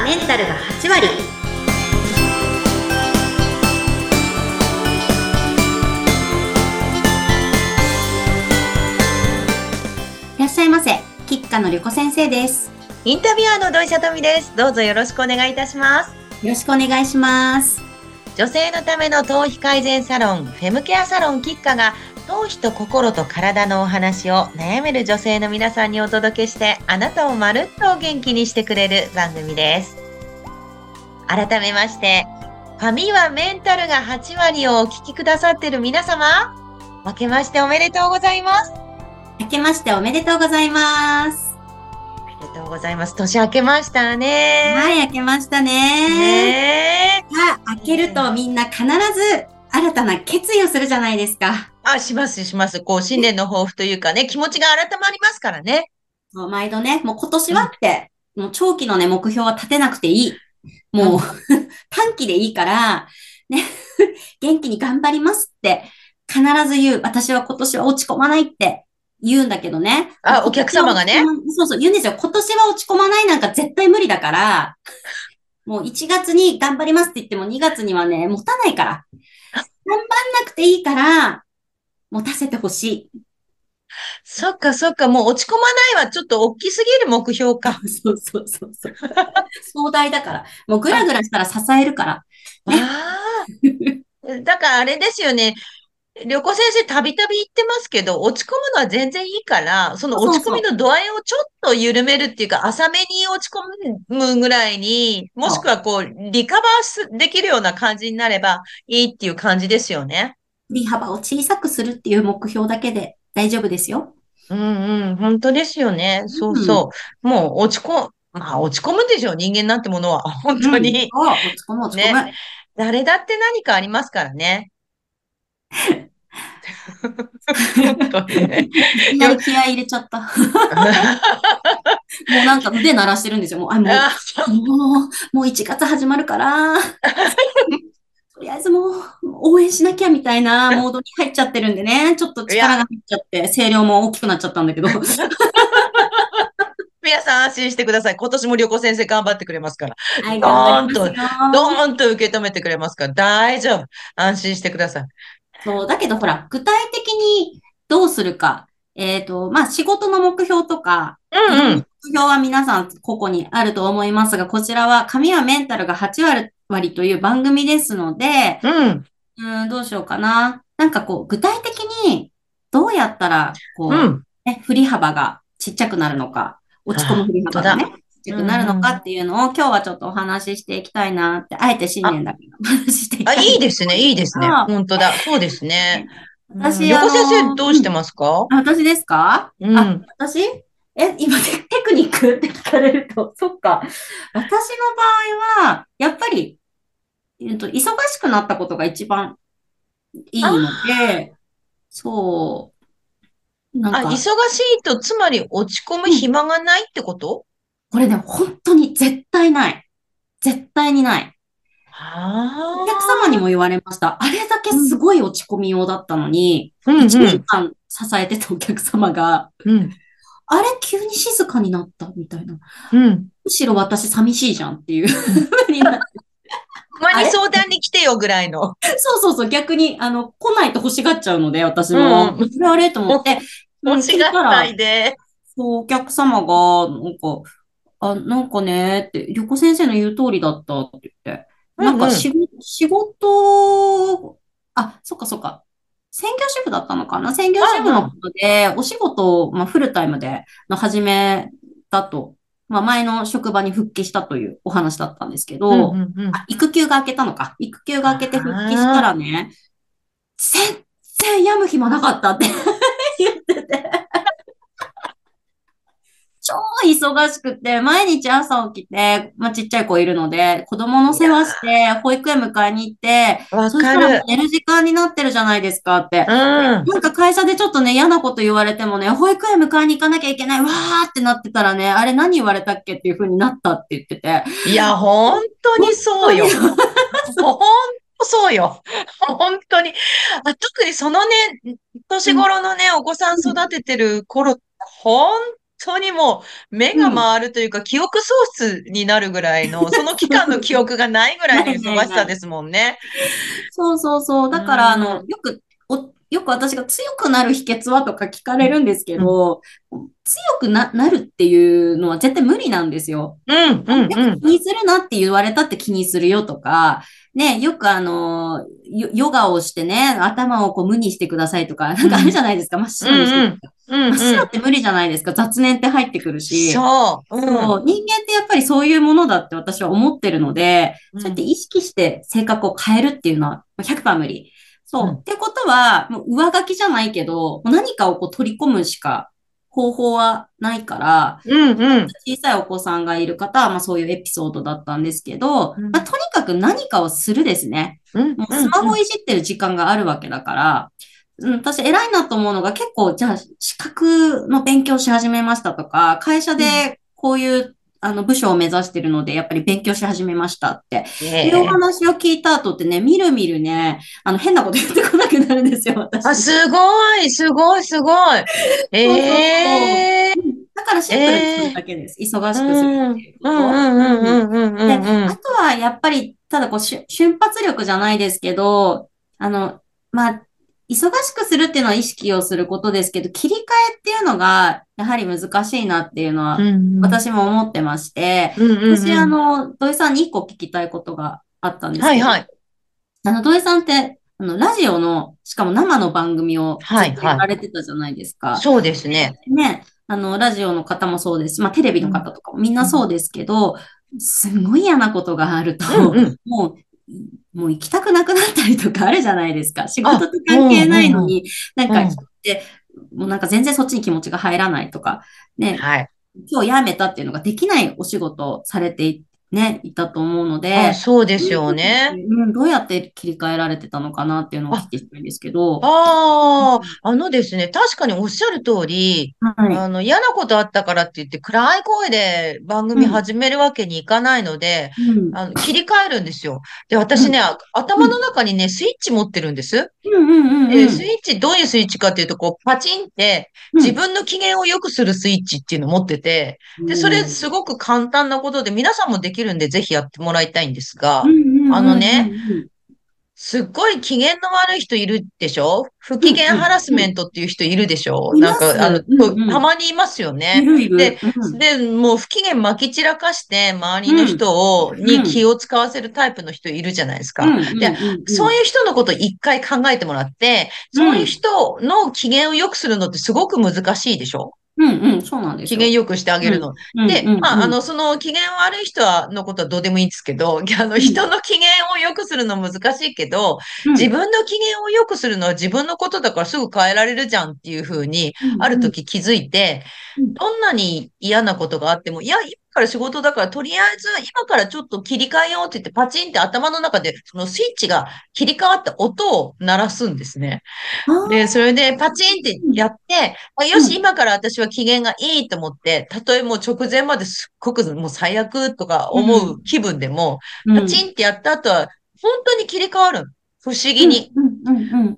メンタルが8割。いらっしゃいませ。吉川のりこ先生です。 インタビュアーの土井さとみです。どうぞよろしくお願いいたします。 よろしくお願いします。 女性のための頭皮改善サロン、フェムケアサロン吉川が頭皮と心と体のお話を悩める女性の皆さんにお届けして、あなたをまるっと元気にしてくれる番組です。改めまして、髪はメンタルが8割をお聞きくださっている皆様、明けましておめでとうございます。 明けましておめでとうございます。 おめでとうございます。年明けましたね。 はい、明けましたね。明けるとみんな必ず新たな決意をするじゃないですか。 します。こう、新年の抱負というかね、気持ちが改まりますからね。 毎度ね、もう今年はって、もう長期のね、目標は立てなくていい。もう、短期でいいから、ね、元気に頑張りますって必ず言う。私は今年は落ち込まないって言うんだけどね。 お客様がね。 そう、言うんですよ。今年は落ち込まないなんか絶対無理だから、もう1月に頑張りますって言っても2月にはね、持たないから。頑張んなくていいから、持たせてほしい。 そっか、もう落ち込まないはちょっと大きすぎる目標か。 そう。壮大だから。もうグラグラしたら支えるから。 ね、だからあれですよね。旅行先生たびたび言ってますけど、落ち込むのは全然いいから、その落ち込みの度合いをちょっと緩めるっていうか、浅めに落ち込むぐらいに、もしくはこう、リカバーできるような感じになればいいっていう感じですよね。 振り幅を小さくするっていう目標だけで大丈夫ですよ。 本当ですよね。そう。もう落ち込むでしょう、人間なんてものは。本当に。 落ち込む。 ね。誰だって何かありますからね。本当にね。 いきなり気合い入れちゃった。もうなんか腕鳴らしてるんですよ。もう1月始まるから、とりあえずもう応援しなきゃみたいなモードに入っちゃってるんでね。ちょっと力が入っちゃって、声量も大きくなっちゃったんだけど。 皆さん安心してください。今年も旅行先生頑張ってくれますから。 はい、頑張りますよ。 ドーンと受け止めてくれますから。大丈夫。安心してください。 そう、だけどほら、具体的にどうするか。仕事の目標とか、目標は皆さん個々にあると思いますが、こちらは髪はメンタルが8割という番組ですので、どうしようかな。なんかこう、具体的にどうやったら、こう、振り幅がちっちゃくなるのか、落ち込む振り幅がね、ちっちゃくなるのかっていうのを今日はちょっとお話ししていきたいなって、あえて新年だけどお話ししていきたい。 いいですね。本当だ。そうですね。 私、 旅行先生どうしてますか？ 私ですか？私今、テクニックって聞かれると、そっか。私の場合は、やっぱり、忙しくなったことが一番いいので、そう。 忙しいと、つまり落ち込む暇がないってこと？ これね、本当に絶対ない。絶対にない。お客様にも言われました。あれだけすごい落ち込みようだったのに、1年間支えてたお客様が、あれ急に静かになったみたいな。むしろ私寂しいじゃんっていう風になって。 たまに相談に来てよぐらいの。 そう、逆に、来ないと欲しがっちゃうので、私も。あれと思って。 欲しがらないで。 そう、お客様が、なんかね、って、旅行先生の言う通りだったって言って。なんか仕事、そっか。専業主婦だったのかな。専業主婦のことで、お仕事を、フルタイムで、始めたと。前の職場に復帰したというお話だったんですけど、育休が明けたのか。育休が明けて復帰したらね、全然病む暇なかったって言ってて。超忙しくて、毎日朝起きて、ちっちゃい子いるので、子供の世話して、保育園迎えに行って、そしたら寝る時間になってるじゃないですかって。なんか会社でちょっとね、嫌なこと言われてもね、保育園迎えに行かなきゃいけない、わーってなってたらね、あれ何言われたっけっていう風になったって言ってて。 いや、本当にそうよ。本当そうよ。本当に。特にそのね、年頃のね、お子さん育ててる頃、本当当にもう目がうん。 回るというか、記憶喪失になるぐらいの、その期間の記憶がないぐらいのないないない。 忙しさですもんね。 そうそうそう。 うだから、 ーん。 よく私が強くなる秘訣はとか聞かれるんですけうん。 ど、なるっていうのは絶対無理なんですよ。 うん、うん、 よくうん。 気にするなって言われたって気にするよとか、ね、よくヨガをしてね、頭をこう無にしてくださいとか、なんかあるうん、 じゃないですか、真っうん、 白にして。 うん、うん、 真っ白うん。 って無理じゃないですか、雑念って入ってくるし。 そう、うん、 そう、人間ってやっぱりそういうものだって私は思ってるので、そうやってうん、 意識して性格を変えるっていうのは100%無理。そう。 うん、 ってことは、もう上書きじゃないけど、何かをこう取り込むしか方法はないから、 うん、うん、 小さいお子さんがいる方は、まあそういうエピソードだったんですけど、 うん、 まあとにかく何かをするですね。 うん、 もううん、うん。 スマホいじってる時間があるわけだから、私偉いなと思うのが結構、じゃあ資格の勉強し始めましたとか、会社うんでこういう部署を目指してるので、やっぱり勉強し始めましたっていうおええ、 話を聞いた後ってね、みるみるね、変なこと言ってこなくなるんですよ、 あ、 私。 すごい、すごい、すごい。 そうそうそう。 ええ、 だからシえンプルにそれえ、 だけです。忙うん、 しくするうん、 っていううん、うこと。 ん、 うん。 うん、うん、 で、 うん、うん。 あとはやっぱり、ただこう、瞬発力じゃないですけど、まあ、忙しくするっていうのは意識をすることですけど、切り替えっていうのが、やはり難しいなっていうのうは、 ん、 私も思ってまして、 うん、うん、 私、 うん。 土井さんに一個聞きたいことがあったんですはい、 けど、 はい。 土井さんって、ラジオの、しかも生の番組をずはい、 っとやはい。 られてたじゃないですか。 そうですね。 でね、ラジオの方もそうですし、まあ、テレビうん、 の方とかもみんうん、 なそうですけど、すんごい嫌なことがあると、 うん、うん。 ももう行きたくなくなったりとかあるじゃないですか。仕事あ、 とうん、 関係ないうん、うん。 のに、なんかうん。 人って、もうなんか全然そっちに気持ちが入らないとか、ね、 はい。 今日辞めたっていうのができないお仕事をされていたと思うのあ、 で、 そうですそういう時って、 よね。 どうやって切り替えられてたのかなっていうのをお聞あ、 きしたいんですけど。 ああ、あのですね、確かにおっしゃる通り、 はい。 嫌なことあったからって言って暗い声で番組うん、 始めるわけにいかないので、 うん、 切り替えるんですよ。で、私ね、 うん、 頭のうん、 中にね、スイッチ持ってるんです。 うん、うん、うん、うん、 スイッチ、どういうスイッチかっていうと、こう、パチンって自うん、 分の機嫌を良くするスイッチっていうのを持ってて、で、それうん、 すごく簡単なことで、皆さんもできるんで、ぜひやってもらいたいんですうん、 が、 うん、うん、うあのね、 ん、 すっごい機嫌の悪い人いるでしょ？不機うん、うん、 嫌ハラスうん、 メントっていう人いるでしょ？ います。 なんか、 うん、うん。 たまにいますよね。 いるいで、 る。うん、 もう不機嫌まき散らかして、周りのうん、 にうん、 気を使わせるタイプの人いるじゃないですか。 うん、 で、 うん、うん、 そういう人のこと一回考えてもらって、そういううん、 人の機嫌を良くするのってすごく難しいでしょ？ うん、うん、そうなんですよ。 機嫌良くしてあげるの。 うん、うん、 で、 うん、うん、 その機嫌悪い人のことはどうでもいいんですけど、 うん、 人の機嫌を良くするの難しいけど、 うん、 自分の機嫌を良くするのは自分のことだからすぐ変えられるじゃんっていうふうに、 うん、 あるうん、 時気づいて、 うん、 どんなに嫌なことがあっても、いや、今から仕事だから、とりあえず今からちょっと切り替えようって言って、パチンって頭の中で、そのスイッチが切り替わった音を鳴らすんですね。 あで、そあ、 れでパチンってうん、 やって、よし、 うん、 今から私は機嫌がいいと思って、たとえもう直前まですっごくもう最悪とかうん、 思う気分でも、パチうん、 ンってやった後は、本当に切り替わる。不思議うん、 に。 うん、うん、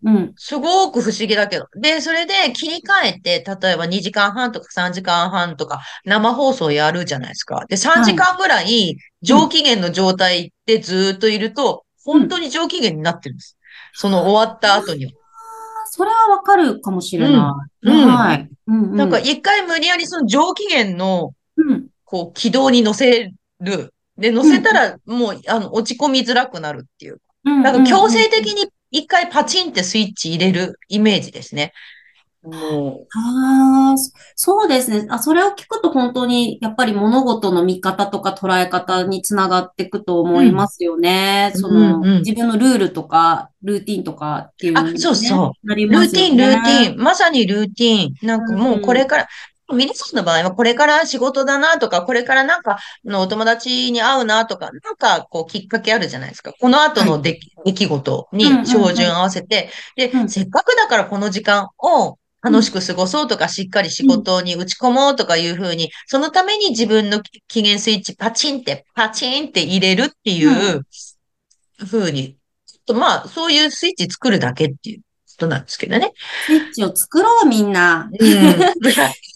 うん、 すごく不思議だけど。で、それで切り替えて、例えば2時間半とか3時間半とか生放送やるじゃないですか。で、3 はい。 時間ぐらいうん、 上機嫌の状態でずーっといると、 うん。 本当に上機嫌になってるんです。その終わった後には。 それはわかるかもしれうん。 ない。 うん。 はい。うん、 なんかうん、 一回無理やりその上機嫌の、 うん、 こう、軌道に乗せる。で、乗うん、 せたらもう、落ち込みづらくなるっていう。 うん、うん、 なんか強うん。 制的に一回パチンってスイッチ入れるイメージですね。もああ、そうですね。それを聞くと本当に、やっぱり物事の見方とか捉え方につながっていくとう、 思うん、 いますよね。 うん、うん。 自分のルールとか、ルーティンとかっていうのあ、そうにね、 そう。 なりますよルーティね。 ン。まさにルーティン。なんかもうこうん、 れから、皆さんの場合はこれから仕事だなとか、これからなんかのお友達に会うなとか、なんかこうきっかけあるじゃないですか。この後はい。 の出来事にうん、うん、 照準合わせて、で、 うん、 せっかくだからこの時間をうん、 楽しく過ごそうとか、しっかり仕うん、 事に打ち込もうとかいうふうに、そのために自分の期限スイッチパチンって入れるってうん。 いうふうに、まあ、そういうスイッチ作るだけっていうことなんですけどね。 スイッチを作ろう、みんな。 うん。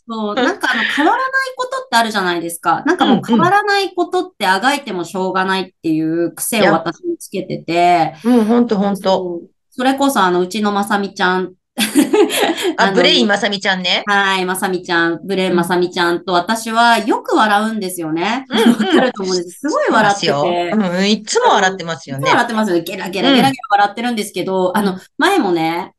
そう、なんか変わらないことってあるじゃないですか。なんかもううんうん。 変わらないことってあがいてもしょうがないっていう癖をいや、 私につけてて、 うん、ほんとほんと。 そう。それこそうちのまさみちゃん、 あ、 あの、 ブレインまさみちゃんね。 はい、まさみちゃん、ブレーンまうん。 さみちゃんと私はよく笑うんですよね。 うんわかうん。 ると思うんです。す知ってまごい笑ってすよ。うて、 ん、いつも笑ってますいつもよね。 笑ってますよね。ゲラゲラゲラゲうん。 ラ笑ってるんですけど、 うん。 前もね、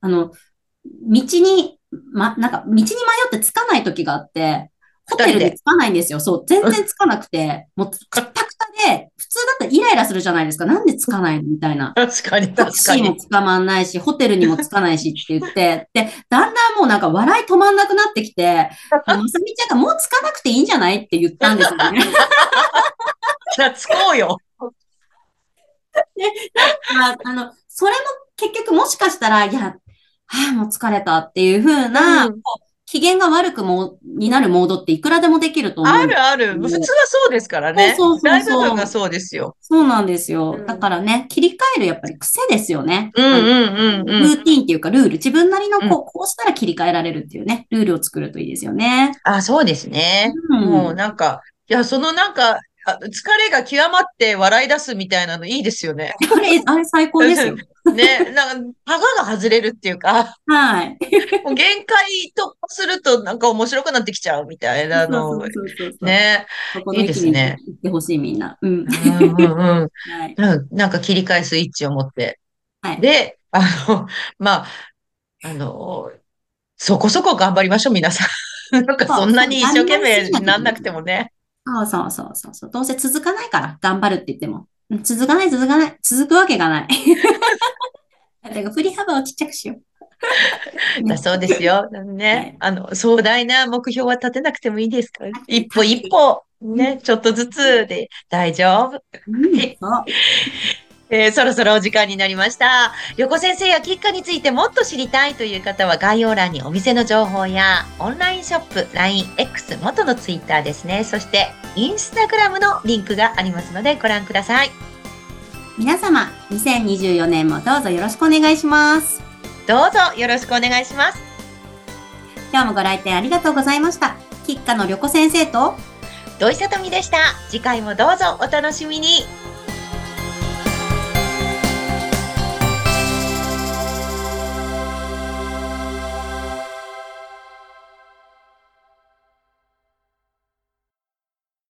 なんか、道に迷ってつかない時があって、ホ二人で。 テルに着かないんですよ。そう、全うん。 然着かなくて、もうくったくたで、普通だったらイライラするじゃないですか。なんで着かないのみたいな。 確かに、 タク確かに。 シーも捕まんないし、ホテルにも着かないしって言って、で、だんだんもうなんか笑い止まんなくなってきて、で、まさみちゃんがもう着かなくていいんじゃないって言ったんですよね。 じゃあ、つこうよ。 で、なんか、それも結局もしかしたら、いや、はあ、もう疲れたっていう風な、 うん。 機嫌が悪くになるモードっていくらでもできるとあ思うんでするある。普通はけど、 そうですからね。 そうそうそう大部分そう、 がそうですよ。 そうなんですよ。だうん。 からね、切り替えるやっぱり癖ですよね。 うんうんうんうん。 ルーティンっていうかルール、自分なりのうん。 こうしたら切り替えられるっていうね、ルールを作るといいですよね。 あ、そうですね。 うもうん。 なんか、いや、そのなんか、疲れが極まって笑い出すみたいなのいいですよね。 あれ最高ですよ。 ね、なんか、タガが外れるっていうか、 はい。 もう限界突破するとなんか面白くなってきちゃうみたいなの、 そうそうそうそうそう。 ね、 そこのいいで域にすね。 行ってほしいみんな。うん。 うんうんうん。 はい。 なんか切り替えスイッチを持って。 はい。 で、まあ、あの、そこそこ頑張りましょう、皆さん。なんかそそう、そう、 んなに一生懸頑張りすぎなくていい。 命になんなくてもね。 そうそうそうそうそう。どうせ続かないから、頑張るって言っても。続かない、続かない。続くわけがない。だから振り幅をちっちゃくしよう。ね。 だそうですよ。ね。 はい。 壮大な目標は立てなくてもいいですから。一歩勝手に。 一歩、 うん。 ね、ちょっとずつで大丈夫。 うん。 はい。 そう。 そろそろお時間になりました。横先生やキッカについてもっと知りたいという方は概要欄にお店の情報やオンラインショップ、LINE、X、元の Twitter ですね。そしてインスタグラムのリンクがありますのでご覧ください。 皆様、2024年もどうぞよろしくお願いします。 どうぞよろしくお願いします。 今日もご来店ありがとうございました。キッカの旅子先生と、 土井さとみでした。次回もどうぞお楽しみに。